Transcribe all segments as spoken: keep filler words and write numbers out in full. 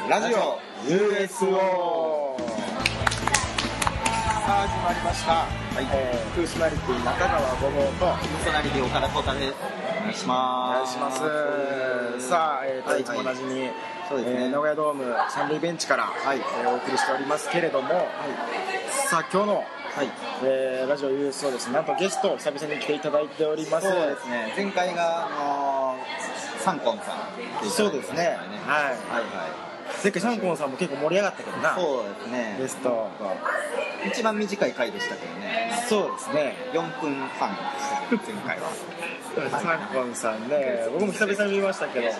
ラジオ ユーエスオー。 さあ始まりました、はいえー、プースナリティ中川ごぼうとパーソナリティ岡田浩太です。お願いします。 お願いします。さあ、えーと、はいはい、いつも同じにそうですね、えー、名古屋ドーム三塁ベンチから、はいえー、お送りしておりますけれども、はい、さあ今日の、はいえー、ラジオ ユーエスオー ですね、なんとゲスト久々に来ていただいております。 そうですね、前回があのー、サンコンさん、 そうですね、はいはいはい、前回サンコンさんも結構盛り上がったけどな。 そうですね、 ゲスト一番短い回でしたけどね。 そうですね、 よんぷんはんでしたけど前回はサンコンさんね、僕も久々に見ましたけど、うん、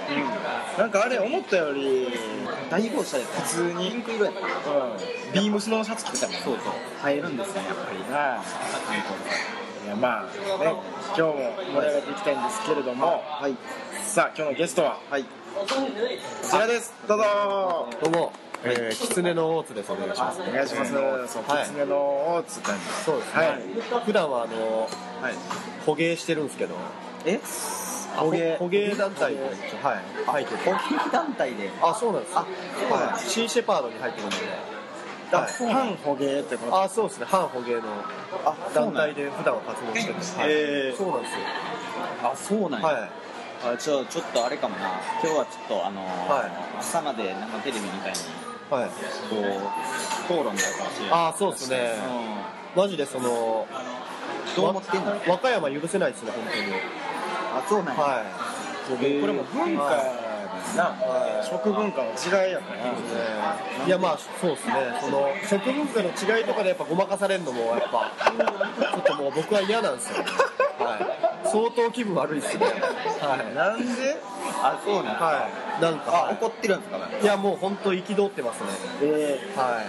なんかあれ思ったより大号車で普通にピンク色やった、うん、 ビームスのシャツ着てたもんね。 そうそう、映えるんですねやっぱり。 はい、いやまあね、今日も盛り上がっていきたいんですけれども、はい、さあ今日のゲストは、はい、こちらです、どうぞ。 どうも、えー、キツネの大津です。お願いします。 お願いします。そう、キツネの大津感じ。 そうですね、はい、普段はあの、はい、捕鯨してるんですけど。え捕鯨捕鯨団体で、はい、入ってて。 捕鯨団体で。 あ、そうなんですよ。はい、シーシェパードに入ってるので、 はい、反捕鯨ってこと。 あ、そうですね、反捕鯨の団体で普段は活動してます。はい、えー、そうなんですよ。 あ、そうなんや。はい、あ、ちょ、ちょっとあれかもな、今日はちょっとあのーはい、朝までなんかテレビみたいに、はい、こう討論だかもしれない。 あ、そうですね、うん、マジでそのどう思ってんの。 和歌山許せないですね、本当に。 あ、そうなんや。はい、 これも文化な、はい、食文化の違いやからね。 いやまあそうですね、その食文化の違いとかでやっぱごまかされるのもやっぱちょっともう僕は嫌なんですよね。はい、相当気分悪いですね。はい、 なんで。 あ、そうなん。 はい、なんか、 あ、怒ってるんですか。 いやもう本当憤ってますね。えー、はい。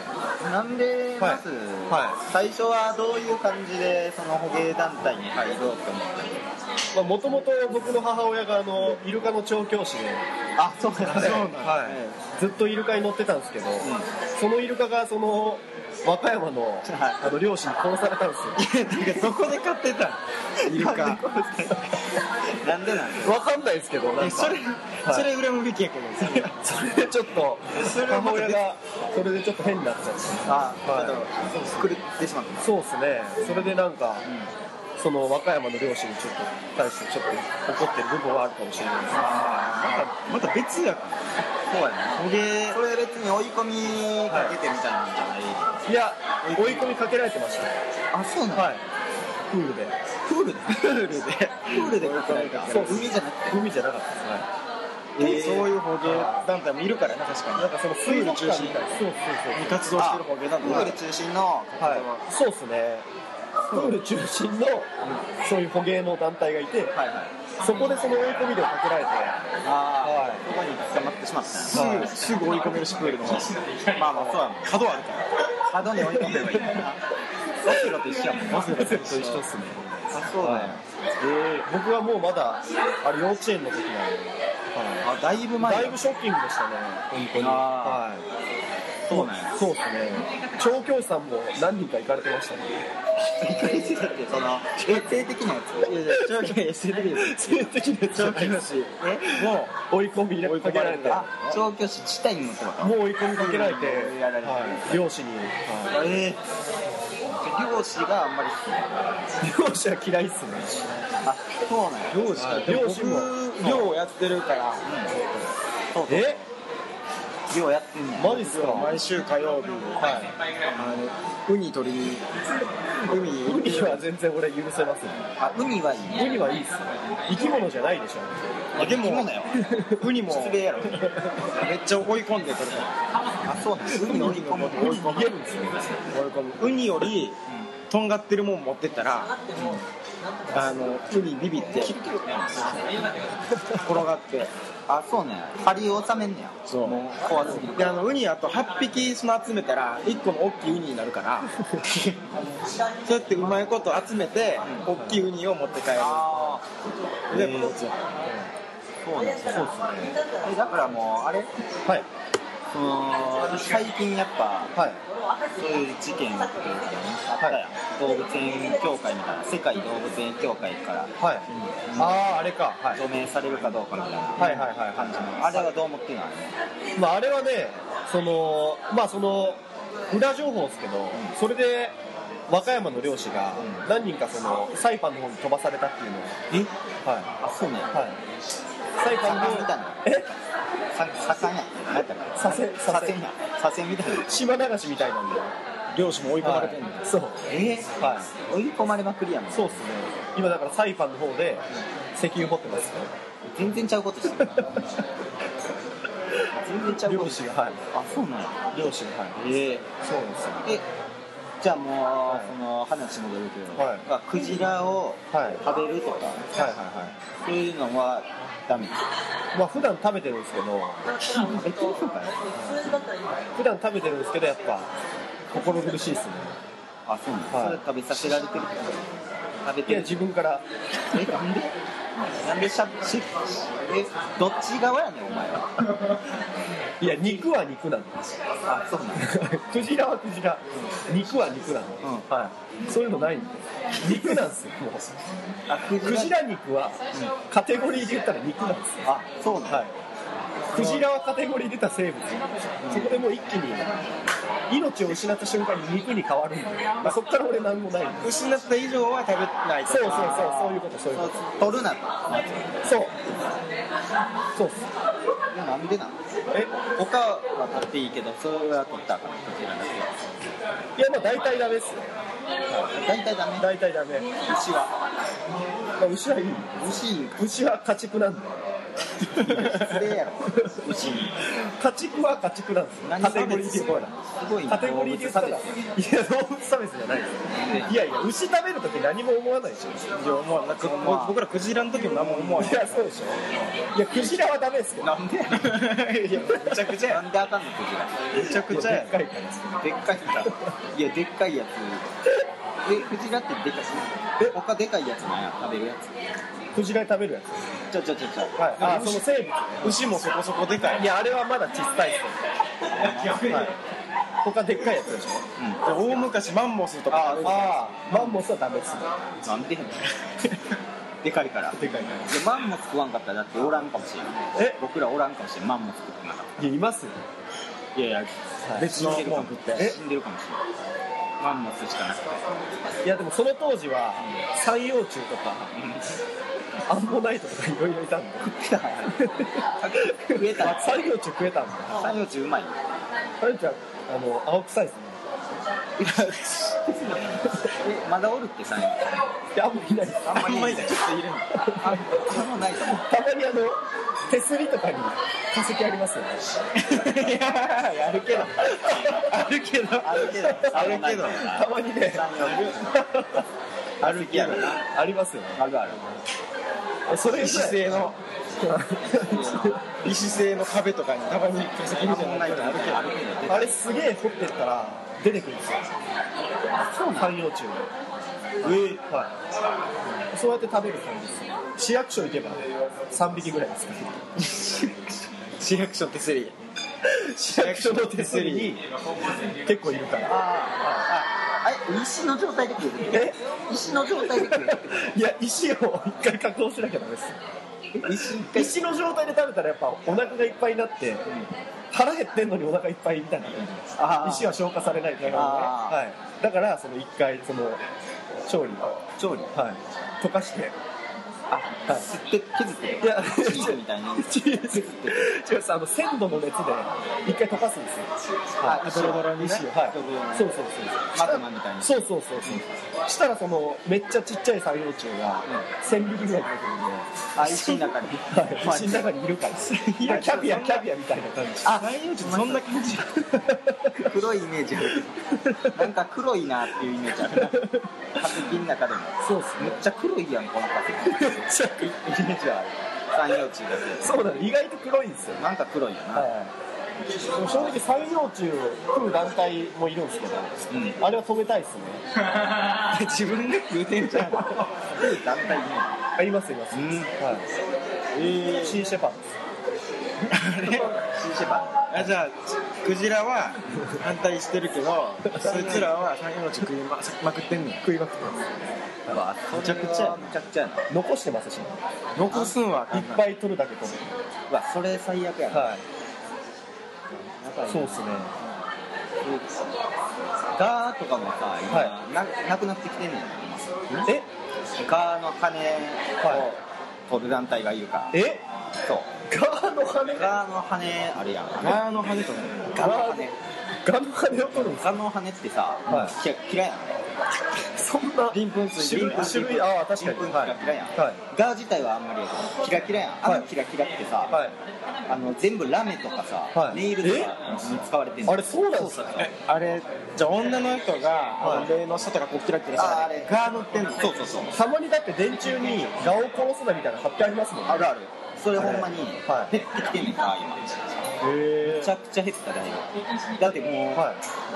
なんでまず、はいはい、最初はどういう感じでその捕鯨団体に入ろうと思ったんですか。 もともと僕の母親があのイルカの調教師で、 あ、そうなんですね、 はい、ずっとイルカに乗ってたんですけど、うん、そのイルカがその和歌山の、はい、あの漁師に殺されたんですよ。 いや、なんかどこで買ってたイルカ。 なんでなんでわかんないですけど、なんかそれ、はい、それ裏向きやけど、 それでちょっと母親がそれでちょっと変になっちゃって、 あ、はい、ちょっと狂ってしまった。 そうですね、それでなんか、うん、その和歌山の漁師にちょっと対してちょっと怒ってる部分はあるかもしれないです。 あ、またまた別やから。 そうやね。捕鯨、それ別に追い込みかけてみたいなんじゃない。はい、 いや、追い込みかけられてました。 あ、そうなの。はい。 プールで。 プールで。プールで。プールでかけられた。そう、海じゃなくて。 海じゃなかったです。はい。 えー、そういう捕鯨団体もいるからな、確かに。 なんかそのプール中心に活動してる捕鯨団体。 プール中心の。 はい。そうですね。プール中心のそういう捕鯨の団体がいて、はいはい、そこでその追い込みでかけられて、 あ、はい、そこに捕まってしまったんす、 はい、すぐ追い込めるし、プールの方まあまあそうやもん、 角あるから角に追い込めばいいんだな。オセロと一緒やもん。 オセロと一緒っすね。 あ、そうだよ、はい、 えー、僕はもうまだあれ幼稚園の時なんで、 はい、あ、だいぶ前、 だいぶショッキングでしたね、本当に。はい、 そうなんや。 そうですね。調教師さんも何人か行かれてましたね。 行かれてたって、その性的なやつ。いやいや、調教師、性的なやつ。 性的なやつ。調教師。え、もう追い込みかけられて。 あ、調教師自体にもってこと。 もう追い込みかけられて、漁師に。 ええ。漁師があんまり好き。漁師は嫌いっすね。 あ、そうなんや。 漁師。漁師も漁をやってるから。 え？ 漁やってんねん。 マジっすか。 毎週火曜日、はい、あのウニ取りにウニウニは全然俺許せますね。 あ、ウニはいいね。 ウニはいいっすね。生き物じゃないでしょ。 あ、でも生き物やわ。 ウニも失礼やろ。 めっちゃ追い込んで取るから。 あ、そうなんです。ウニ追い込むと追い込む。 逃げるんですよ。 追い込む。ウニよりとんがってるもん持ってったら、うん、あのウニビビって転がって。 あ、そうね。針を収めんねや。 そう。 もう怖すぎる。 で、あのウニあとはっぴきその集めたらいっこの大きいウニになるからそうやってうまいこと集めて、うん、大きいウニを持って帰る。ああ。で、こっち。 そうね。そうですね。だからもうあれ。はい。その最近やっぱ、はい、そういう事件があったやん、はい、動物園協会みたいな、世界動物園協会から、はい、うん、ああ、あれか、はい、除名されるかどうかみたいな感じの、あれはどう思ってるの？あれね、 まあ、あれはね、 そのまあその裏情報ですけど、うん、それで和歌山の漁師が何人かそのサイパンの方に飛ばされたっていうのを、 え、はい、あ、そうね、はい、 サイパンのみたいな、え、ささんや、何やったっけ、 左遷、左遷や、左遷みたいな、 島流しみたいなんで漁師も追い込まれてるんだ、はい、 そう、 えー、はい、追い込まれまくりやもん。 そうっすね、今だからサイパンの方で石油掘ってますから、 全然ちゃうことしてる全然ちゃうこと漁師が、はい、 あ、そうなの、 漁師が、はい、 ええー、 そうなんですよ。 え、じゃあもう、はい、その話戻るけど、はい、クジラを食べるとか、はいはいはい、そういうのはダメ。 まあ普段食べてるんですけど、 食べてるのかな、 普段食べてるんですけど、やっぱ心苦しいですね。 あ、そうなんです、はい、それ食べさせられてるってこと？食べてる？ いや、自分から。 え、なんで？なんでしゃしえ、どっち側やねんお前は。 いや、肉は肉なの。 あ、そうなんだ。 クジラはクジラ、肉は肉なの、うん、はい、そういうのないんで肉なんですよ、もう。あ、クジラ、クジラ肉は、うん、カテゴリーで言ったら肉なんですよ。 あ、そうなんだ、はい、 クジラはカテゴリーで言ったら生物、うん、そこでもう一気に命を失った瞬間に肉に変わるんで、まあ、そこから俺何もない。 失った以上は食べないと。 そうそうそう、そういうこと、そういうこと。 取るなと。 そうそうっす。 なんでなの？え、他は取っていいけど、それは取ったらこちらだけ。 いや、まあ大体ダメっすよ。 大体ダメ。 大体ダメ。 牛は。 まあ、牛はいい。 牛いい。 牛は家畜なんで。 失礼やろ。牛に。 家畜は家畜なんですよ。カテゴリーで言ったら。 すごい。 カテゴリーで言ったら。いや、動物差別じゃないですよ。いやいや、牛食べるとき何も思わないでしょ。 いや、思わない。僕らクジラの時も何も思わない。 いや、そうでしょ。いや、クジラはダメですよ。 なんで？いや、めちゃくちゃや。なんであかんのクジラ。めちゃくちゃや。 でっかいからです。 でっかいから。いや、でっかいやつ。え、クジラってでかい。え、他でかいやつなんや、食べるやつ。 クジラ食べるやつ。ちょちょちょちょ。 はい。あ、その生物、ね。 牛もそこそこでかい。 いや、あれはまだ小さいっすよ。逆に。他でっかいやつでしょ。 うん。大昔マンモスとか。 ああ、マンモスはダメですね。 なんで？でかいから。 でかいから。 で、マンモス食わんかったらだっておらんかもしれん。え？僕らおらんかもしれん。マンモス食ってなかった。 いや、いますよ。 いやいや、 別のもん食って。 死んでるかもしれない。マンモスしかなくて。 いや、でもその当時は三葉虫とかアンモナイトとかいろいろいたんで。 食えた。 三葉虫食えたんで。 三葉虫うまい。 三葉虫はあの青臭いですね。 え、まだおるって三葉虫。 いや、あんまりいないです。 あんまりいない。ちょっといるの。あ、あんまないかも。 たまにあの手すりとかに化石ありますよね。 いや、あるけど。 あるけど。 あるけど。 あるけど。たまにね。 あるけど。 ありますよね。 あるある。 それ石製の石製の壁とかにたまに化石みたいなのあるけど、 あれすげえ掘ってったら出てくるんですよ。三葉虫が。 えー、 はい。そうやって食べる感じですよ。市役所行けばさんびきぐらいですから。 市役所手すり。 市役所の手すりに結構いるから。ああ、あ、石の状態で食える。え？石の状態で食える。 いや、石を一回加工しなきゃダメです。石, 石の状態で食べたらやっぱお腹がいっぱいになって、うん、腹減ってんのにお腹いっぱいみたいな感じ。石は消化されないからね。はい。だからその一回その調理調理はい溶かして。 あ、はい、吸って削ってる。いや、チーズみたいにチーズって違うさ、あの鮮度の熱で一回溶かすんですよ。 あ、ドロドロにね。 はい。そうそうそうマグマみたいに。 そうそうそうそう。したらそのめっちゃちっちゃい三葉虫が千匹ぐらい出てくるんで。 あ、石の中に。 はい。石の中にいるから。いや、キャビアキャビアみたいな感じ。 あ、三葉虫そんな感じ。黒いイメージある。なんか黒いなっていうイメージある。化石の中でも。 そうっす。 めっちゃ黒いやんこの化石。めっちゃイメージはある。三葉虫だけ。 そうだね。意外と黒いんですよ。 なんか黒いよな。はい。 正直三葉虫を食う団体もいるんですけど、うん、あれは止めたいっすね。 自分で食うてんじゃん。食う団体いるの？ ありますいます。うん、はい。えー、シーシェパーです。 あれ？シーシェパー。 あ、じゃあクジラは反対してるけど、そいつらは三葉虫食いま、まくってんの？ 食いまくってます。 めちゃくちゃめちゃくちゃやな。 残してますし、ね、 残すんはいっぱい取るだけ取る。 うわ、それ最悪やな。 はい。 そうっすね。 ガーとかもさ、今、はい、な, なくなってきてんねん。 えガーの羽を取る団体がいるから。 えそう。 ガーの羽ガーの羽あるやん。 ガーの羽とね。 ガーの羽。 ガーの羽を取るんですか？ ガーの羽ってさ、はい、嫌いやん。 そんな鱗粉ついてる種類、ああ確かにキラキラやん、はい、ガー自体はあんまりやけどキラキラやん、あのキラキラってさ、はい、あの全部ラメとかさ、はい、ネイルとかに使われてるの。 あれそうなんですか？ あれじゃあ女の人が、はい、例の下とかこうキラキラさあれガー塗ってんの。 そうそうそう。 たまにだって電柱にガを殺すなみたいな貼ってありますもんね。 あるある。それほんまに減ってきてんねんか今。めちゃくちゃ減っただいぶ。だってもう、はい、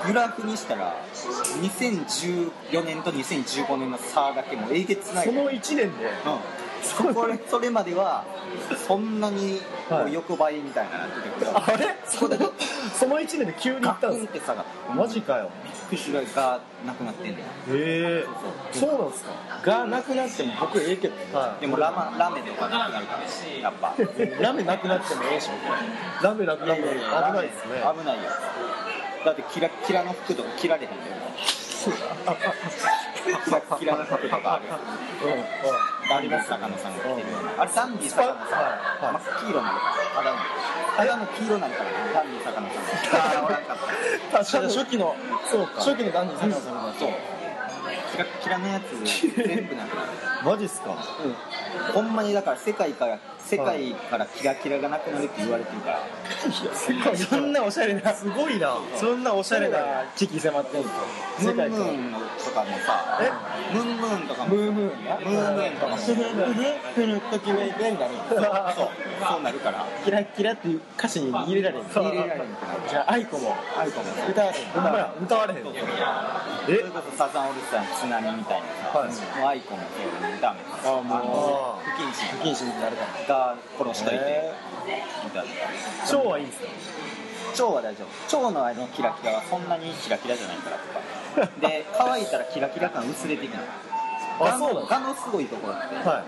グラフにしたらにせんじゅうよねんとにせんじゅうごねんの差だけもうえげつない。 そのいちねんで、 うん、それそれまではそんなにこう横ばいみたいななってたけど、 あれそのそのいちねんで急にいったんですか？ って下がった。 マジかよ。 びっくりがなくなってんねん。へえー、そうなんですか？ がなくなっても僕ええけど、 はい、でもラマラメとかなくなるからやっぱラメなくなってもええしラメなくなっても危ないですね。 危ないよ。だってキラキラの服とか着られへんよ。キラキラの服とかある。ダンディ坂野さんが着てるような。あれダンディ坂野さん真っ黄色になるから。あれはもう黄色になるからダンディ坂野さんがおらんかった。 初期のそうか初期のダンディ坂野さんがそうキラキラのやつ全部なくなる。 マジっすか？ うん。ほんまにだから世界から世界からキラキラがなくなるって言われてるから。 そんなおしゃれなすごいな。 そんなおしゃれな危機迫ってんの。 ムーンムーンとかもさ、えムーンムーンとかもムーンムーンなムーンムーンとかもふぬふぬときめいてんだね。 そうそうなるからキラキラっていう歌詞に入れられる。 入れられる。 じゃあアイコもアイコも歌われへん。 歌われへん。 それこそサザンオールスターの津波みたいなさ、もうアイコもそうダメ。 あもう不謹慎不謹慎になるからが殺しといてみたいな。 蝶はいいんですか？ 蝶は大丈夫。蝶のあのキラキラはそんなにキラキラじゃないからとかで乾いたらキラキラ感薄れていくの。 あ、そうなの？ ガのすごいところって、はい、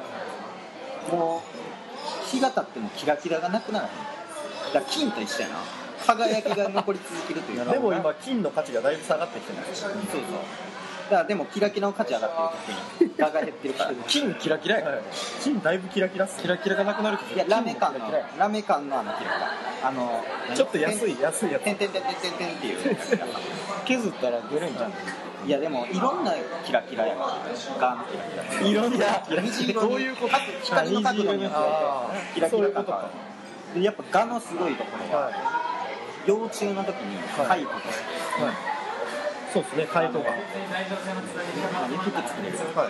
もう日が経ってもキラキラがなくならへん。だから金と一緒やな。輝きが残り続けるというか。 でも今金の価値がだいぶ下がってきてるんですよ。 そうそう。だからでもキラキラの価値上がってる時にガが減ってるから金キラキラや、はい、 金だいぶキラキラっす。 キラキラがなくなるけど、 いやラメ感のラメ感のあのキラキラあのちょっと安い安いやつてんてんてんてんてんてんっていう削ったら出るんじゃん。 いやでもいろんなキラキラやからガーのキラキラいろんな虹色にどういうこと？ 光の角度によってキラキラ感がでやっぱガのすごいところは、はい、幼虫の時に貝とか、はいはい、 そうですね、貝とか服作れる、はい、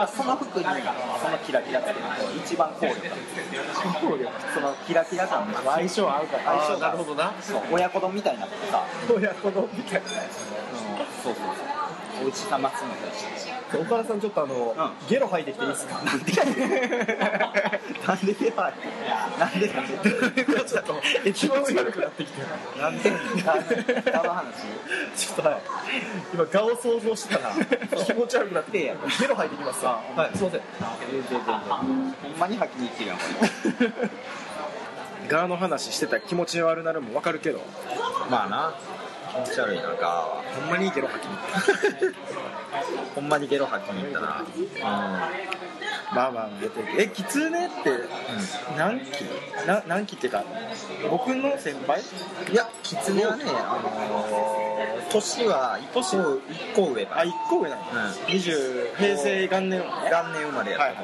その服にそのキラキラつけると一番効力がそのキラキラ感の相性合うから相性がなるほどな。 そう親子丼みたいになってさ親子丼みたいな、うん、 そうそうそうおうちさますのと一緒で岡田さんちょっとあの、うん、ゲロ吐いてきていいですか？ なんでなんでゲロ吐いてなんでなんでちょっと気持ち悪くなってきてなんでガの話ちょっとはい今ガを想像したら気持ち悪くなってきてゲロ吐いてきますわ。はい、すいません。 全然全然ほんまに吐きに行ってるやんこれガの話してたら気持ち悪なるも分かるけどまあな気持ち悪いなガーはほんまにゲロ吐きに行ったほんまにゲロ吐きに行ったな、うん、 まあまあまあえキツネって何期、うん、な何期っていうか僕の先輩いやキツネはねあのー、年はいっこ上あいっこ上なの、うん、にじゅう平成元年元年生まれやった、はいはい、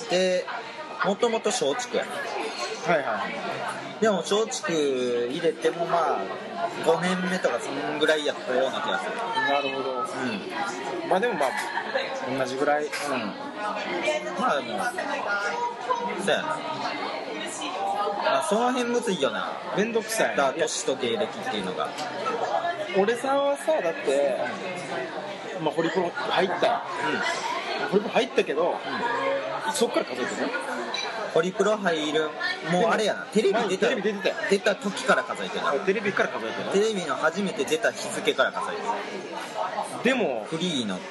でもともと松竹やはいはいでも松竹入れてもまあごねんめとかそのぐらいやったような気がする。 なるほど、うん、まあでもまあ同じぐらい、うん、 まあでもそうやな、まあ、その辺むずいよなめんどくさいだ年と芸歴っていうのが俺さんはさだって、うんまあ、ホリプロ入った、うん、ホリプロ入ったけど、うん、そっから数えてねホリプロ入るもうあれやなテレビ出たテレビ出てたよ出た時から数えてるテレビから数えてるテレビの初めて出た日付から数えてるでもフリーの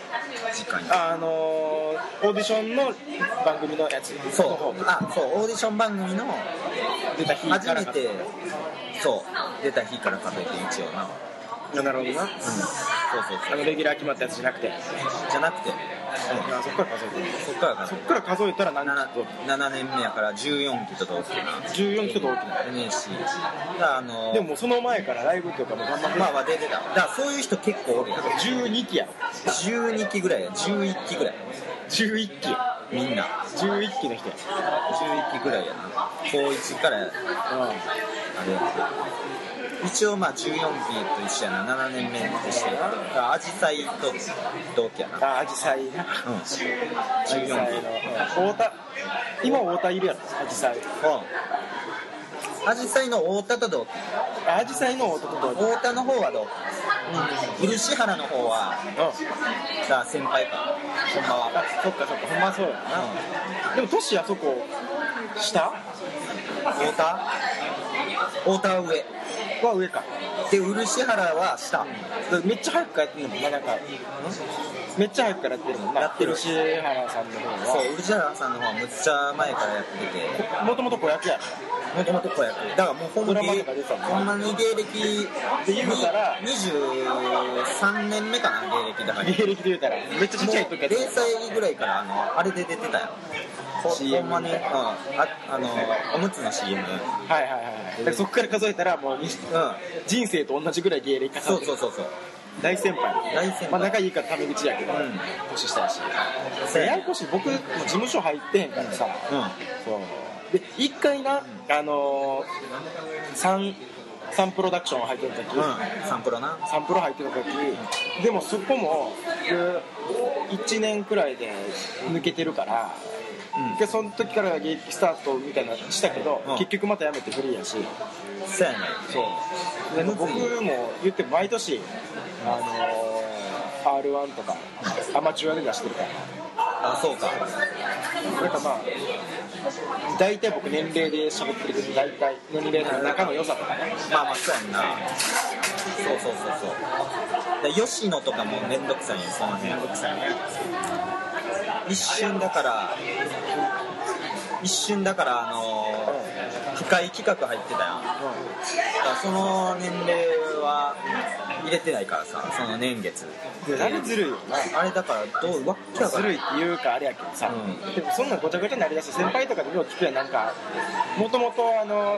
時間にあ、あのー、オーディションの番組のやつ。 そうあそうオーディション番組の出た日から初めてそう出た日から数えて一応な。 なるほどな、うん、 そうそうそうあのレギュラー決まったやつじゃなくてじゃなくて、うん、 あそっから数えてるそっからかそっから数えたら何期ななねんめやからじゅうよんきと同期なじゅうよんきと同期なエヌエーシー だあのー、 でももうその前からライブとかも頑張ってまあまあ出てただからそういう人結構おるやんじゅうにきやろじゅうにきぐらいやじゅういっきぐらいじゅういっきみんなじゅういっきの人やじゅういっきぐらいやな高いちから、うん、あれやって一応まあじゅうよんきと一緒やなななねんめとしてアジサイと同期やなあアジサイなうんじゅうよんきの太田今太田いるやろアジサイうんアジサイの太田と同期アジサイの太田と同期太田の方は同期漆原の方はうんが先輩かほんまはあそっかそっかほんまそうやな、うん、でも年あそこ下太田太田は上は上かで漆原は下、 うん、めっちゃ早くからやってるもんななんかめっちゃ早くからやってるもんなやってる漆原さんの方はそう漆原さんの方はむっちゃ前からやっててもともと子役やろもともと子役だからもうほんまドラマとか出てたもんほんまに芸歴で言うたらにじゅうさんねんめかな芸歴だから芸歴で言うたらめっちゃちっちゃい時やった零歳ぐらいからあのあれで出てたよほ, ほんまに、うん、あ, あのおむつの シーエムはいはいはいだからそこから数えたらもう、うん、人生と同じぐらい芸歴かかってるそうそうそうそう大先輩大先輩まあ仲いいからタメ口やけど、うん、年下やしややこしい僕も事務所入ってへんからさ、うん、そうで一回な、うん、あのー、サンサンプロダクション入ってる時、うん、 サンプロなサンプロ入ってる時、うん、でもそこもいちねんくらいで抜けてるから、うん、でその時から現役スタートみたいなのしたけど、うん、結局また辞めてフリーやしそうやねそうで僕も言って毎年あのー、アールワン とかアマチュアで出してるからあそうかなんかまあ大体僕年齢で喋ってるけど大体年齢の仲の良さとかねまあまあそうやんなそうそうそうそうで吉野とかもめんどくさいねその辺めんどくさいね一瞬だから一瞬だからあのー、深い企画入ってたやん、うん、だからその年齢は入れてないからさその年月あれずるいよなあれだからどうわっきゃずるいっていうかあれやけどさ、うん、でもそんなごちゃごちゃになりだして先輩とかでよく聞くやんなんかもともとあの、うん、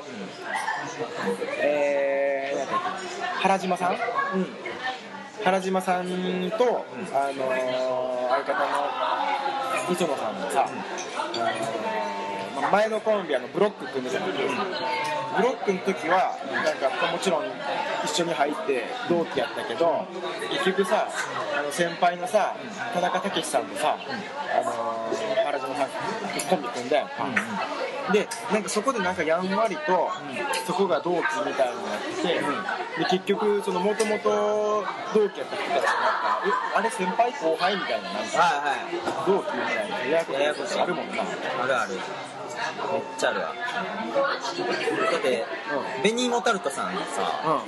えーなんか原島さん、うん、原島さんと、うん、あのー、相方の磯野さんもさ、うんあのー、前のコンビあのブロック組んでた時、うん、ブロックの時はなんかもちろん一緒に入って同期やったけど結局さあの先輩のさ田中武さんとさ、あのー、原島さんコンビ組んだやんか、うん、でなんかそこでなんかやんわりと、うん、そこが同期みたいになってて、うん、で結局そのもともと同期やった人たちがなんかえあれ先輩後輩みたいななんか、はいはい、同期みたいなややこしいあるもんなあるあるめっちゃあるわだって、うん、ベニーモタルトさんのさ、うん、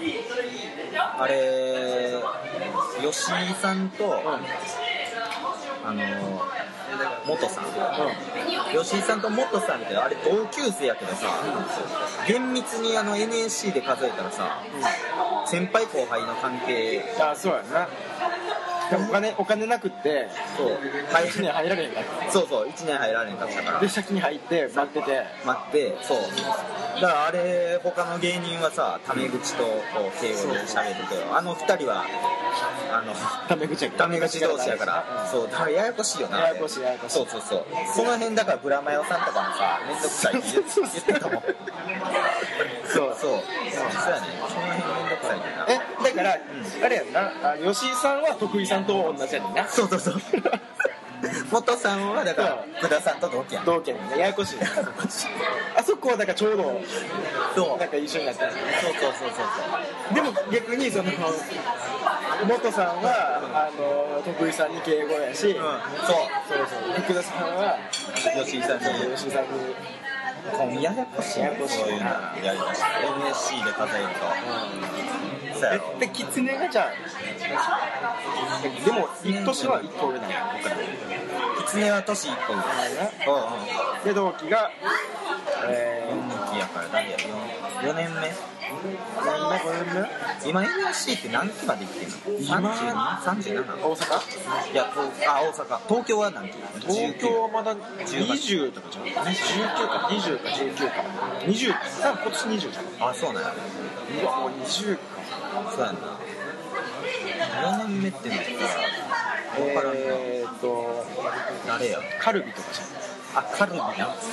あれ吉井さんと、うん、あの元さん、うん、吉井さんと元さんってあれ同級生やけどさ、うん、厳密にあの エヌエーシー で数えたらさ、うん、先輩後輩の関係あそうやなお金、お金なくってそういちねん入られへんかったそうそういちねん入られへんかったからで先に入って待ってて待ってそうだからあれ他の芸人はさタメ口とこう敬語で喋るけどあのふたりはあのタメ口やタメ口同士やから、うん、そうだからややこしいよなややこしいややこしいそうそうそうその辺だからブラマヨさんとかもさめんどくさいって言ってたもんそうそうそうやねその辺めんどくさいねえだから、うん、あれやんなあ吉井さんは徳井さんと同じやねんなそうそうそう元さんはだから福田さんと同期やん同期やねんねややこしいあそこはだからちょうどそうなんか一緒になってるそうそうそうそうでも逆にその元さんは、うん、あの徳井さんに敬語やし、うん、そうそうそう福田さんは吉井さんに吉井さんにもうややこしいややこしいそういうのやりました エヌエスシー で数えると、うん、そうでキツネがじゃあでも一年はいっこ上なの僕ら。 キツネは年いっこ上で同期がえー、よん期やから誰やよねんめ何年目ごねんめ今 エヌエスシー って何期まで行ってんの？ さんじゅうに？さんじゅうなな？ 大阪？ いや、あ、大阪。東京は何期？ 東京はまだにじゅうとかじゃん。じゅうきゅうかにじゅうかじゅうきゅうかにじゅう、多分今年にじゅうじゃん。 あ、そうなんや。 うわもうにじゅうか。 そうやんな。よねんめってなったら分からんな。 えーっと誰や？ カルビとかじゃん。 あ、カルビな。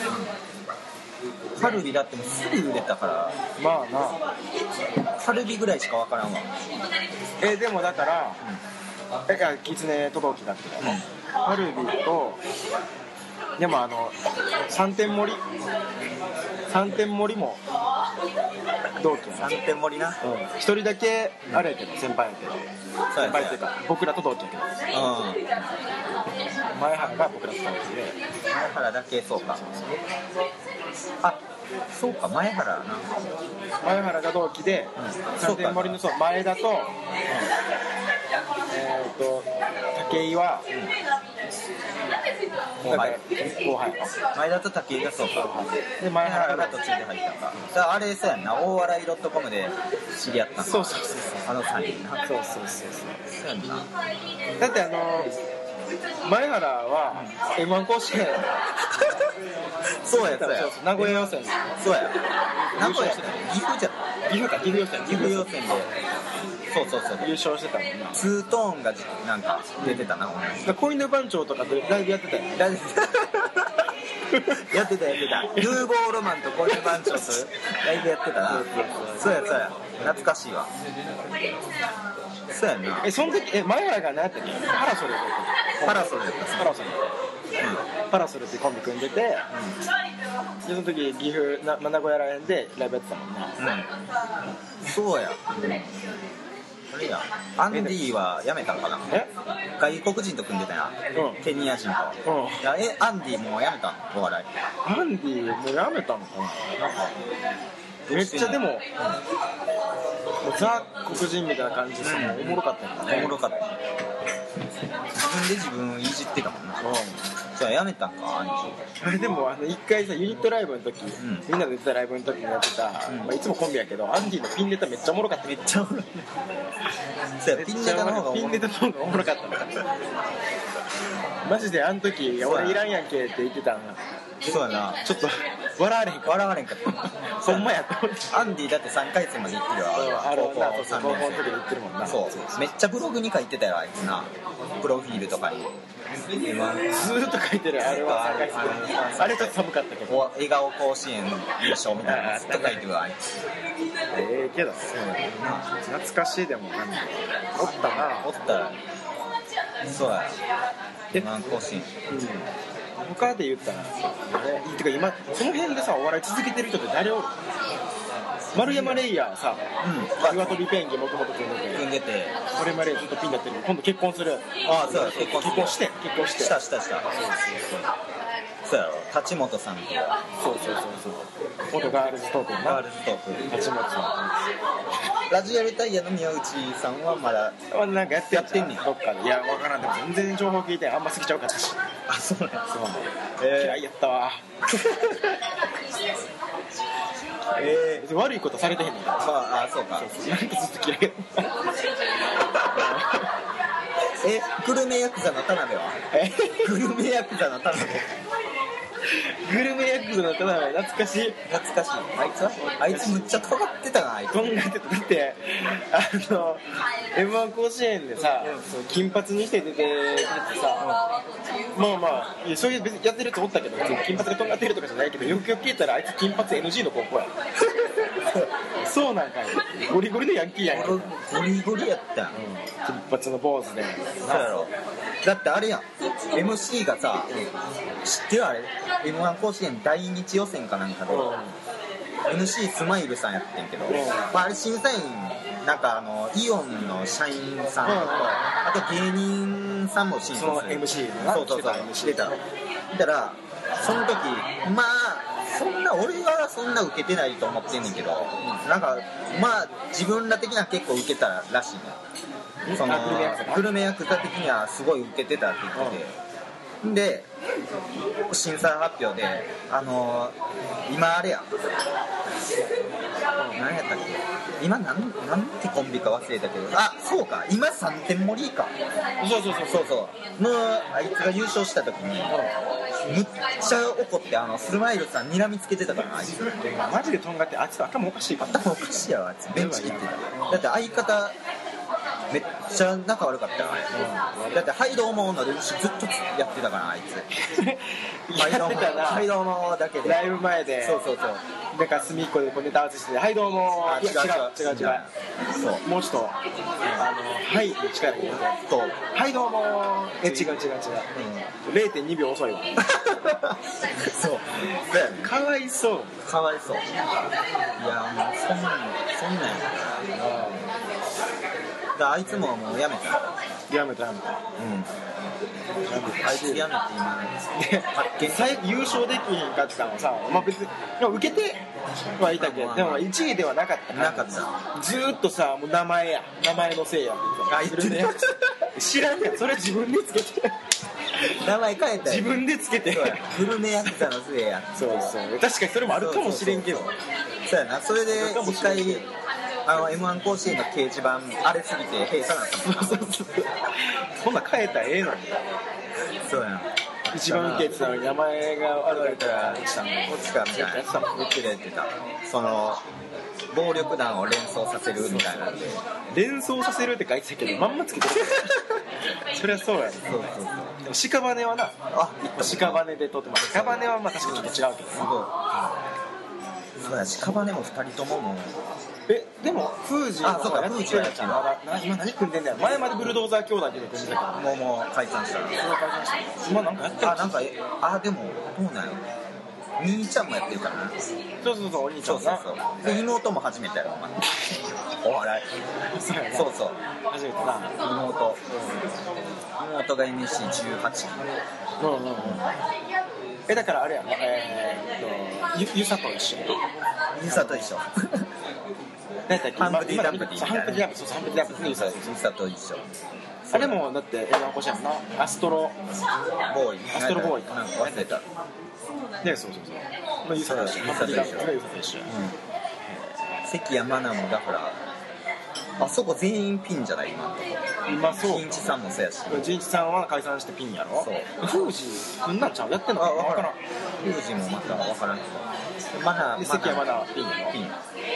カルビだってもうすぐ売れたからまあなカルビぐらいしか分からんわ。 えでもだから、うん、えいやキツネと同期だってこと、うん、カルビとでもあの三点盛り三点盛りも同期やな。 三点盛りな。 一、うん、人だけあれやけど、うん、先輩やけど先輩っていうか僕らと同期やけど、うん、前原が僕らと同期で前原だけそうかあそうか前原な前原が同期で、うん、三点盛りのそう前田と、うん、えー、っと武井は、うん、後輩後輩前田と武井がそうかで前原が途中で入ったんかだからあれそうやんな大笑い .com で知り合ったんそうそうそうあのさんにんなそうそうそうそうそうやんなだってあの前原は エムワン 甲子園そうやそうや名古屋予選そうや名古屋岐阜じゃん岐阜か岐阜予選岐阜予選でそうそうそう優勝してたもんなツートーンがなんか出てたなコインヌ番長とかでライブやってたよライブやってたやってたヌーボーロマンとコインヌ番長とライブやってたなそうやそうや懐かしいわそうやんなえその時え前原が何やったっけパラソルパラソルやったパラソルパラソルってコンビ組んでて、うん、でその時岐阜な名古屋らへんでライブやってたもんな、 うん、そうや、うん、あれやアンディは辞めたんかなえ外国人と組んでたやん、うん、ケニア人と、うん、いやえアンディもう辞めたんお笑いアンディもう辞めたのかななんかめっちゃでも、うん、ザ黒人みたいな感じでさ、うん、おもろかったんだねおもろかった自分で自分いじってたもんな、うん、じゃあやめたんかアンディあれでもあの一回さユニットライブの時、うん、みんなで出てたライブの時にやってた、うんまあ、いつもコンビやけどアンディのピンネタめっちゃおもろかっためっちゃおもろいそうやピンネタの方がピンネタの方がおもろかったマジであの時俺いらんやんけって言ってたんそうやなちょっと笑われへんか笑われへんかったほんまやと思ってアンディだってさんかい戦まで行ってるわあるわ高校の時に行ってるもんなそうめっちゃブログに書いてたよあいつなプロフィールとかにずーっと書いてるあれはさんかい戦あれちょっと寒かったけど笑顔甲子園優勝みたいなずっと書いてるわあいつええけど懐かしいでもおったなおったそうやエムワン甲子園他で言ったら、ね、てか今その辺でさお笑い続けてる人って誰を丸山レイヤーさ、うん、岩飛びペンギンもともと組んでて組んでて丸山レイヤーずっとピンだってる今度結婚するああそうや結婚結婚して結婚してしたしたしたそうそうそうそうやろ立本さんとそうそうそうそう元ガールズトークのガールズトーク立本さんラジオリタイヤの宮内さんはまだなんかやってやってんねんどっかでいや分からんでも全然情報聞いてあんま好きちゃうかったしあそうなんやそう、えー、嫌いやったわえー、悪いことされてへんねんからまああそうかそうそうなんかずっと嫌いやったえグルメヤクザの田辺はえグルメヤクザの田辺グルメヤクザの田辺懐かしい懐かしいあいつはあいつむっちゃ尖ってたなあいつ尖ってただってあの エムワン 甲子園でさ、うん、そう金髪にして出ててさ、うん、まあまあいやそういう別にやってると思ったけど金髪がとんがってるとかじゃないけどよくよく聞いたらあいつ金髪 エヌジー の高校やそうなんかよゴリゴリのヤンキーやんゴリゴリやったん、うん、 金髪の坊主でそうやろだってあれやん エムシー がさ、うん、知ってるあれ エムワン 甲子園大日予選かなんかで、うん、エムシー スマイルさんやってんけど、うんまあ、あれ審査員なんかあのイオンの社員さんと、うん、あと芸人さんも審査するその エムシー のなそうそうそうしてた見たらその時まあそんなや俺はそんな受けてないと思ってんねんけど、うん、なんかまあ自分ら的には結構受けたらしいね。そのグルメヤクザ的にはすごい受けてたって言ってて、うん、で審査発表であのー、今あれや何やったっけ今なんなんてコンビか忘れたけど、あそうか今さんてん盛りか、 そうそうそうそうそうのあいつが優勝した時に、うん、むっちゃ怒ってあのスマイルさん睨みつけてたからなあいつ。 マジでとんがってあいつ頭おかしいか頭おかしいやろあいつベンチ切ってた。だって相方めっちゃ仲悪かったよあれ、うん、だって「はいどうも」の練習ずっとやってたからあいつはいどうもはいどうもだけでライブ前でそうそうそうなんか隅っこでこうネタ合わせして「はいどうも」 あ違う違う違う違うそうもうちょっとあのはい近いとはいどうもえ違う違う違う、うん、れいてんにびょう遅いわそうかわいそうかわいそういやもうそんなんそんなんやからあいつももうやめたやめたやめたうんあいつやめて今優勝できひんかったのさ、まあ、別に受けてはいたけどでもいちいではなかったなかったずーっとさもう名前や名前のせいやって言ってた知らんやんそれ自分でつけて名前変えたよ自分でつけてグルメやってたのせいやそうそう確かにそれもあるかもしれんけどそうやなそれで一回あの エムワン 甲子園の掲示板荒れすぎて閉鎖なったそうそうそうこんなん変えたらええのにそうやな一番受けてたのに名前が悪かったら落ちたの落ちたみたいな言ってた言ってたその暴力団を連想させるみたいなんで連想させるって書いてたけどまんまつけてるそりゃそうやねそうそうそうでも屍はなあ屍で撮ってます屍はまあ確かにちょっと違うけどすごいそうや屍もふたりとももうえでも封じあそうか封じはやったな今何組んでんだよ前までブルドーザー兄弟っていうの組んでたけどもうもう解散したそれは解散した今なんかやってるあなんかあでもどうなんやろ兄ちゃんもやってるからなそうそうそうお兄ちゃんなそうそうそうで妹も初めてやろお前お笑いそうやなそうそう初めてな妹、うん、妹が エヌエスシーじゅうはちうんうんうんえだからあれやなえー、っとゆゆさと一緒ゆさと一緒ハンプティダンプティハンプティダンプティそうハンプティダンプティゆさと一緒あれもだってエムワン甲子園なアストロボーイアストロボーイなんか忘れたねそうそうそうのゆさと一緒ハンプティダンプティのゆさと一緒関谷愛菜もだからあそこ全員ピンじゃない今のとこ今そう陣地さんもそうやし陣地さんは解散してピンやろそう封じこんなんちゃうやってんのか分からん封じもまた分からんけどまだ関谷まだピンやろピン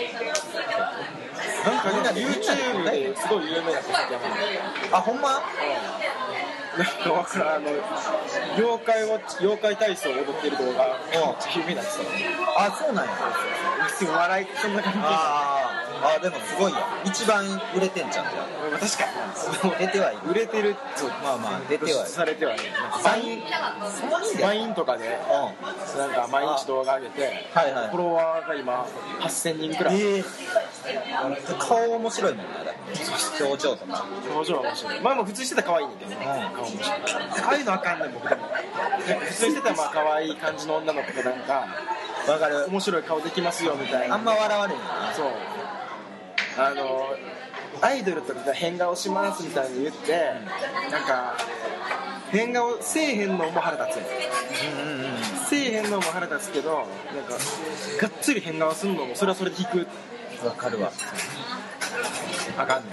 なんかね YouTube ですごい有名だった関谷まだあほんまなんか分からんあの妖怪を妖怪体操を踊ってる動画有名になってたあそうなんやそうそう笑いそんな感じああでもすごいや一番売れてんじゃんじゃあ確かに出てはいる売れてるまあまあ出てはいるされてはいるバインバインとかでなんか毎日動画上げてフォロワーが今はっせんにんくらいえー、顔面白いもんな表情とか表情は面白いまあもう普通にしてたら可愛いねんけどね顔面白いああいうのあかんねん僕でも普通にしてたらまあ可愛い感じの女の子となんかわかる面白い顔できますよみたいなあんま笑われへんよねそうあのアイドルとかが変顔しますみたいに言ってなんか変顔せえへんのも腹立つやん、うんうんうん、せえへんのも腹立つけどなんかがっつり変顔すんのもそれはそれで引くわかるわあかんねん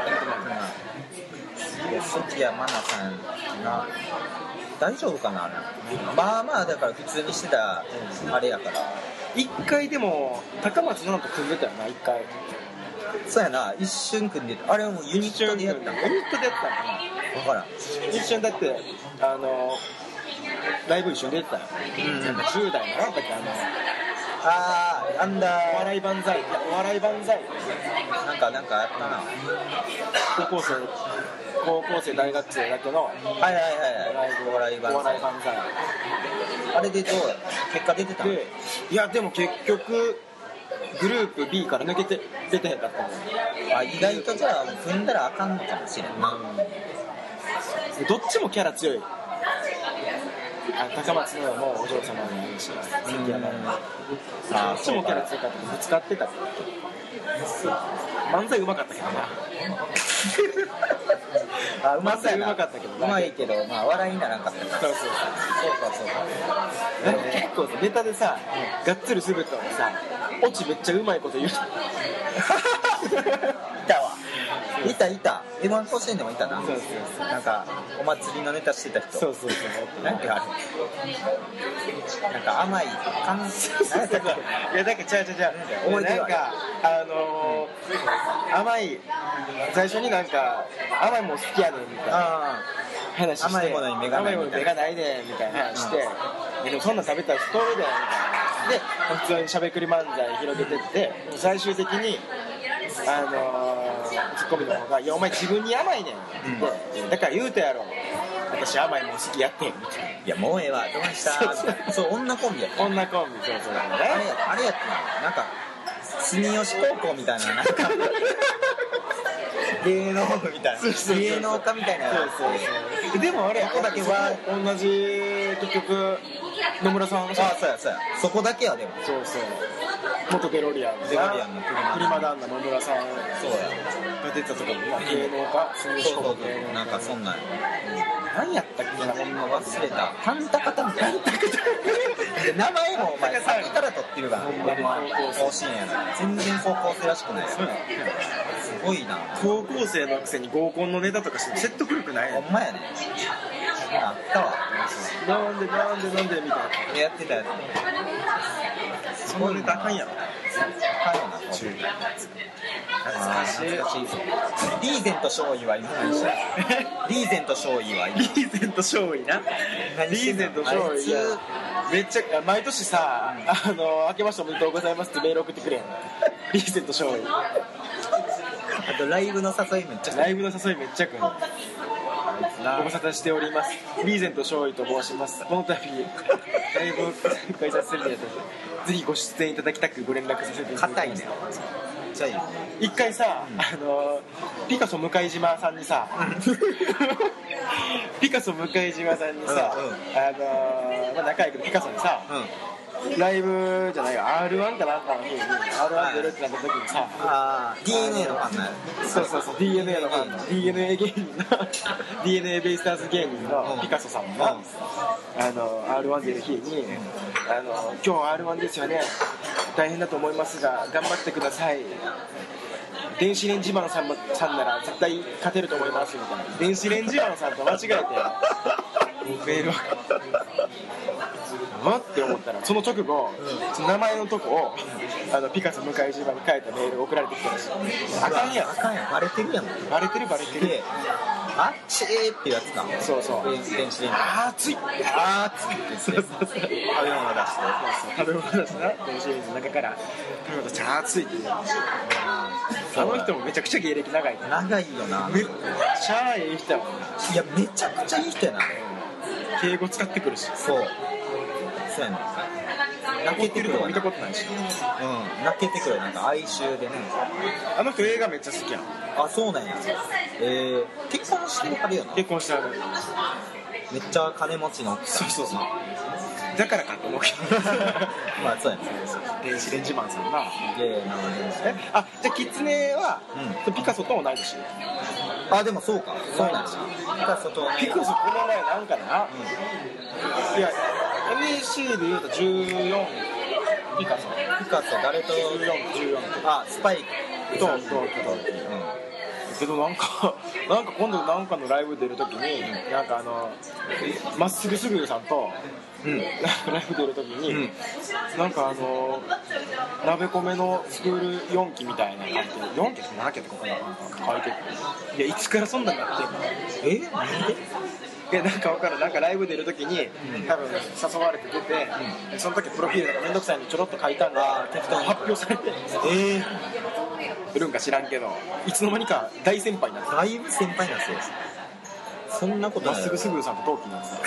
いや関谷愛菜さんが大丈夫かなまあまあだから普通にしてたあれやから一回でも高松菜奈と組んでたよな一回そうやな一瞬組んでたあれはもうユニットでやったのユニットでやったのかな分からん一瞬だってあのライブ一緒に出てたよ、うん、なんかじゅう代のなんだっけあのあーアンダーお笑い万歳お笑い万歳なんかなんかやったな高校生高校生大学生だけのはいはいはいはいお笑い万歳あれでどう結果出てたのでいやでも結局グループ B から抜けて出てへんかったのあ意外とじゃあ踏んだらあかんのかもしれんな、 うん、どっちもキャラ強いあ高松のもうお嬢様の話が関山のあこっちもキャラ強かったけどぶつかってた漫才うまかったけどなあうまそうやなうまかったけどうまいけどまあ笑いにならんかったからそうそうそうそうかそうかなんか結構さネタでさ、がっつり滑ったのにさオチめっちゃうまいこと言ういたわいたいた エムワン 甲子園でもいたなそうそうそうなんかお祭りのネタしてた人そうそうそうなんかあれなんか甘い感じ何やったっけいやだからちゃうちゃうちゃう覚えてるわなんかあのー、甘い最初になんか甘いもん好きやねんみたいなあ話して甘いものに目がない甘いものに目がないねんみたいな話して、うん、でもそんなん食べたら太るでみたいなで普通にしゃべくり漫才広げてって最終的にあのー、ツッコミの方が「いやお前自分に甘いねん」って言って、うん、だから言うたやろ私甘いもん好きやってんみたいな。 いやもうええわどうしたそう女コンビやった女コンビそうそうだねあれあれやったななんか住吉高校みたいななんか芸能部みたいな芸能家みたいなそうそうそうでもあれここだけは同じ結局野村さんあそうやそうやそこだけはでもそうそう元デロリアンデロリアンのプリマ旦那野村さんそうやが出てたところに芸能家住吉高校芸能家なんかそんなん何やったっけなほんま忘れたタンタカタみたいな名前もお前先から取ってるからほんまに甲子園やな全然高校生らしくないやすごいな高校生のくせに合コンのネタとかして説得力ないほんまやねあったわなんでなんでなんでみたいなやってたやつそのネタあかんやろあかんよな中華懐かしい懐かしいリーゼント勝利は今何してリーゼント勝利は今リーゼント勝利なリーゼント勝利めっちゃ毎年さ、あの明けましておめでとうございますってメール送ってくれんリーゼント勝利あとライブの誘いめっちゃライブの誘いめっちゃくるご無沙汰しておりますリーゼント勝利と申しますこの度ライブを開催するにあたってぜひご出演いただきたくご連絡させていただきます。 硬いねじゃあいい一回さ、うん、あのピカソ向島さんにさピカソ向島さんにさ、うんうん、あの、まあ、仲良くピカソにさ、うん、ライブじゃないよ アールワン かなんかの日に アールワン 出るってなった時にさあー ディーエヌエー のファンなそうそうそう ディーエヌエー のファンの ディーエヌエー 芸人の ディーエヌエー ベイスターズ芸人のピカソさんが、うん、あの アールワン 出る日に、うん、あの今日 アールワン ですよね大変だと思いますが頑張ってください電子レンジマンさん, さんなら絶対勝てると思いますみたいな電子レンジマンさんと間違えてメールをわって思ったらその直後、うん、その名前のとこをあのピカソ向島に書いたメールが送られてきたらしいあかんやんあかんやんバレてるやんバレてるバレてるあっちーっていうやつかそうそう電子レンジあー熱いあー熱いってそうそうそう食べ物出して食べ物出してな電子レンジの中から食べ物出して熱いっていうあの人もめちゃくちゃ芸歴長い長いよなめっちゃいい人やもんいやめちゃくちゃいい人やな敬語使ってくるしそうそうやね泣けてくる見たことないしうん泣けてくるなんか哀愁でねあの人映画めっちゃ好きやんあそうなんやえー、結婚してはるよな結婚してはるめっちゃ金持ちの奥さんそうそうそうだからかと思うけどまあそうやね電子レンジマンさんなゲーなえあじゃあキツネは、うん、ピカソと同い年あでもそうかそうなんやピカソとピカソこの前なんかな、うん、いや エヌエーシー で言うとじゅうよんピカソピカソ誰とじゅうよん、じゅうよんあスパイクととととけどなんかなんか今度なんかのライブ出るときになんかあのまっすぐすぐさんと、うん、ライブ出るときに、うん、なんかあの鍋米のスクールよんきみたいな感じでよんきってなきゃってここからなんか書いてるいやいつからそんなになってんのえなんでいやなんか分からんなんかライブ出るときに、うん、多分誘われて出て、うん、その時プロフィールがめんどくさいのにちょろっと書いたんが適当に発表されてえー、るんか知らんけどいつの間にか大先輩になってだいぶ先輩なんですよそんなことないまっすぐすぐさんと同期なんですよ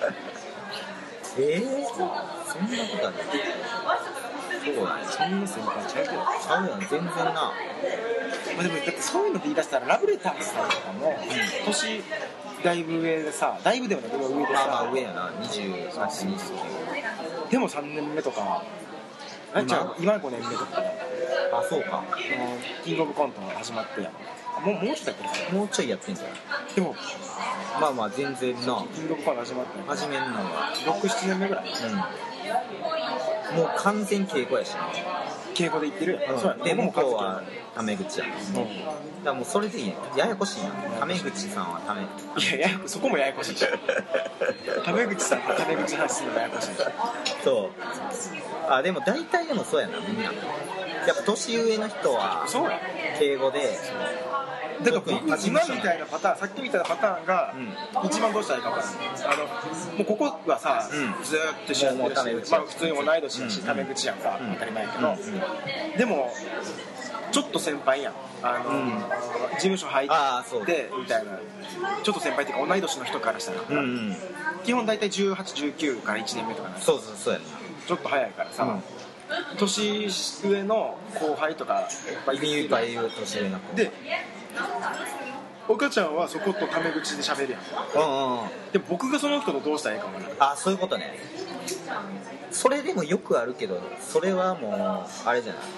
えー、そんなことあるそうだねそんな先輩ちゃうけどちゃうやん全然な、まあ、でもだってそういうのって言い出したらラブレターズさんとかも、うん、年だいぶ上でさ、だいぶでもないけど上でさ、 まあまあ上やな、にじゅうはち、にじゅうきゅう。 でもさんねんめとか、あ、じゃあ今ごねんめとか、 あ、そうか。 キングオブコントが始まってやん。もうもうちょっとやってるかもうちょいやってんじゃない？ でもまあまあ全然な、 キングオブコント始まって始めんのはろく、ななねんめぐらい、 うん、もう完全敬語やしな。 敬語で言ってるやん、 うん、 そうやで向こうはタメ口やん、 うん、 だからもうそれでいいね、ややこしいな、タメ口さんはタメいや、ややそこもややこしいしタメ口さんとタメ口話すのがややこしいそうあ、でも大体でもそうやな、みんなやっぱ年上の人はそうや敬語で、 だから僕今みたいなパターン、さっきみたいなパターンが一番どうしたらいいか分からない。あのもうここはさ、うん、ずーっと一緒やってるし、まあ、普通に同い年だし、うん、タメ口やんか、うん、当たり前やけど、うん、でもちょっと先輩やん、あの、うん、事務所入ってみたいな、ちょっと先輩っていうか同い年の人からしたら、うんうん、基本大体じゅうはち、じゅうきゅうからいちねんめとかなんそうそうそうやね、 ちょっと早いからさ、うん年上の後輩とかいっぱいいる年上の子で、岡ちゃんはそことタメ口で喋るやん、うんうん、で僕がその人とどうしたらいいかもな。 あ、そういうことね。それでもよくあるけど、それはもうあれじゃない、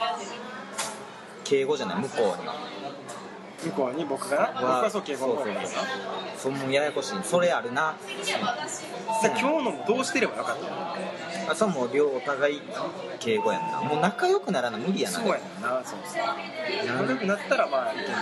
敬語じゃない、向こうには向こうに僕が僕はそう敬語の方がいいかな。 そのややこしい、それあるな、 うん、今日のもどうしてればよかったの。 あ、そう、もう両お互い敬語やんな。もう仲良くならな無理やな。 そうやんな、そうそう。仲良くなったらまあいけない。うん、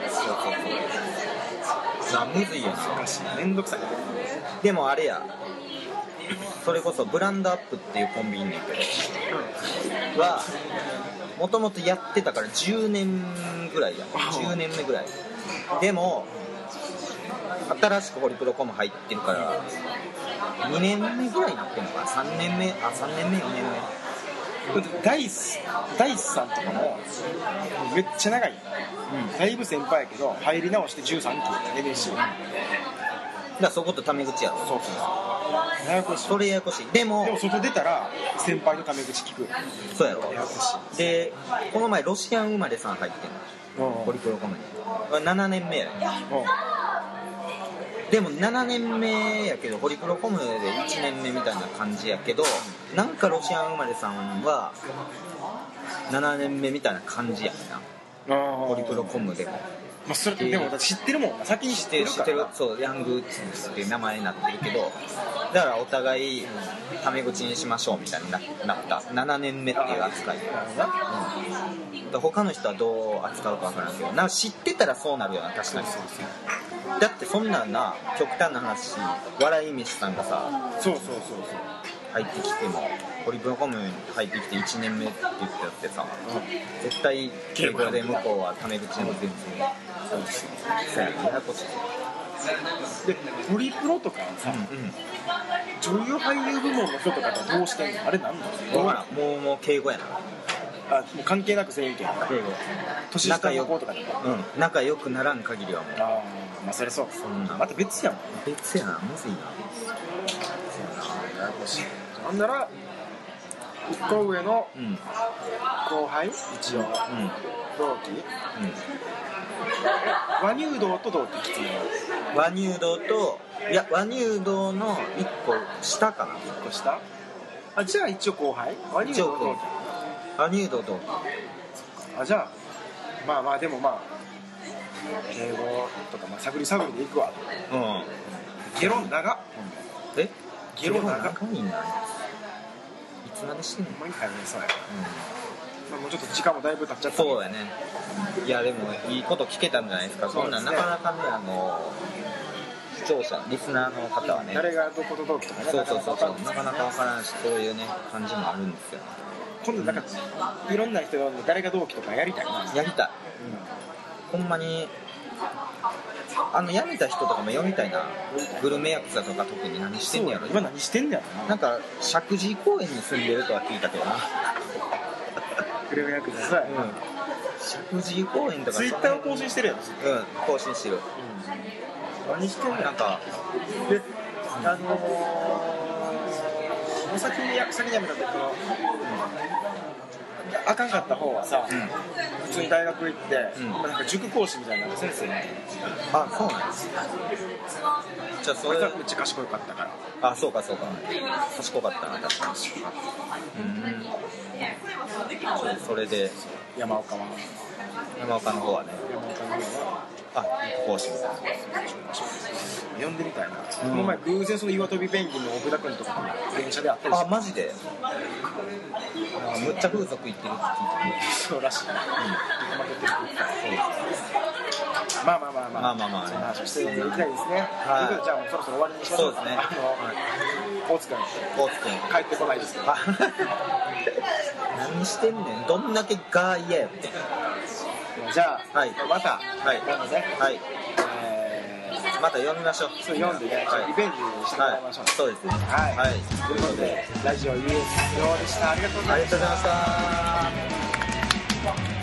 そうそうそう。な、むずいよな。 難しい。めんどくさい。 でもあれや、それこそブランドアップっていうコンビいんねんけど、はもともとやってたからじゅうねんぐらいや、じゅうねんめぐらい。でも新しくホリプロコム入ってるからにねんめぐらいになってんのかな、さんねんめ、あ、さんねんめ、よねんめ。 ダイス、ダイスさんとかもめっちゃ長い、うん、だいぶ先輩やけど入り直してじゅうさんき エヌエスシー、うん、だからそことタメ口やろ。 そうそうややこしい、 それややこしい。でもでも外出たら先輩のタメ口聞く。 そうやろ。 ややこしい。 でこの前ロシアン生まれさん入ってんの、ホリプロコムにななねんめやね。でもななねんめやけどホリプロコムでいちねんめみたいな感じやけど、なんかロシアン生まれさんはななねんめみたいな感じやんな、ホリプロコムでも。 まあ、それでも知ってるもん、先に知ってるから。知ってる、 そう、ヤングツースっていう名前になってるけど、だからお互いタメ口にしましょうみたいになったななねんめっていう扱いで、うん、他の人はどう扱うか分からんけど、なんか知ってたらそうなるよな、確かに。そうそうそう。だってそんなんな、極端な話、笑い飯さんがさ、 そうそうそうそう入ってきても、ホリプロコムに入ってきていちねんめって言ってやってさ、うん、絶対敬語で向こうはタメ口でも全然そうですよ、そうやな、ややこしい。 でホリプロとかさ、うんうん、女優俳優部門の人とかとどうしてんの、あれなんなの。 どうかな、もうもう敬語やな。 あ、もう関係なく全員敬語。敬語。年下の子とかでも、 うん、仲良くならん限りはもう。 ああ、まあそれそう。そんなまた別やん。 別やな、むずいな。 そうやな、ややこしい。なんならいっこ上の後輩、一応、うん、同期、うん、和入道と同期きついの。 和入道と、いや、和入道のいっこ下かな。いっこ下。あ、じゃあ一応後輩。和入道と同期。 和入道同期。 あ、じゃあまあまあでもまあ敬語とかまあ探り探りでいくわ。うん。ゲロ長っ。 え？ ゲロ長っ。 長いな。いつまでしてんの？ もう一回ね、そうや。うん。まあもうちょっと時間もだいぶ経っちゃった。 そうやね。いやでもいいこと聞けたんじゃないですか。そんなんなかなかね、あの視聴者、リスナーの方はね。 誰がどこと同期とかね。 そうそうそうそう。なかなかわからんし、そういうね感じもあるんですよ。 今度なんかいろんな人呼んで誰が同期とかやりたいな。 やりたい。うん、ほんまに。あの辞めた人とかも読みたいな。グルメヤクザとか特に何してんねやろ。 今何してんねやろな。 なんか石神井公園に住んでるとは聞いたけどな。 グルメヤクザ、そうや。 うん。石神井公園とか。 ツイッターを更新してるやろ。 うん、更新してる。 うん、何してんねなんかで、あのー、先に先に辞めた時の、 あかんかった方はさ、 うん、 普通に大学行って、 うん、 今なんか塾講師みたいな先生みたいな。 あ、そうなんですじゃあそれめっちゃ賢かったから。 あ、そうかそうか賢かったな、確かに。うん、それで山岡は山岡の方はね、 山岡の方はあ、講師みたいな呼んでみたいな、うん、この前偶然その岩飛びペンギンの奥田君とか電車で会ったりして。 あ、マジでむっちゃ風俗行ってるって聞いてる。 そうらしいな、うん、まあまあまあまあまあまあまあ、ね、 その話をしていきたいですね。 はい、 ということで、じゃあもうそろそろ終わりにしましょうか。 そうですね。 あの、大津君大津君帰ってこないですけど何してんねん、どんだけが嫌やって。 じゃあ、はい、また、 はい、 今度ね、 はい、えー、また読みましょう。 そう読んでね、はい、リベンジしてもらいましょう。 はい、そうですね。 はい、はい、ということでラジオ ユーエス でした。ありがとうございました。 ありがとうございました。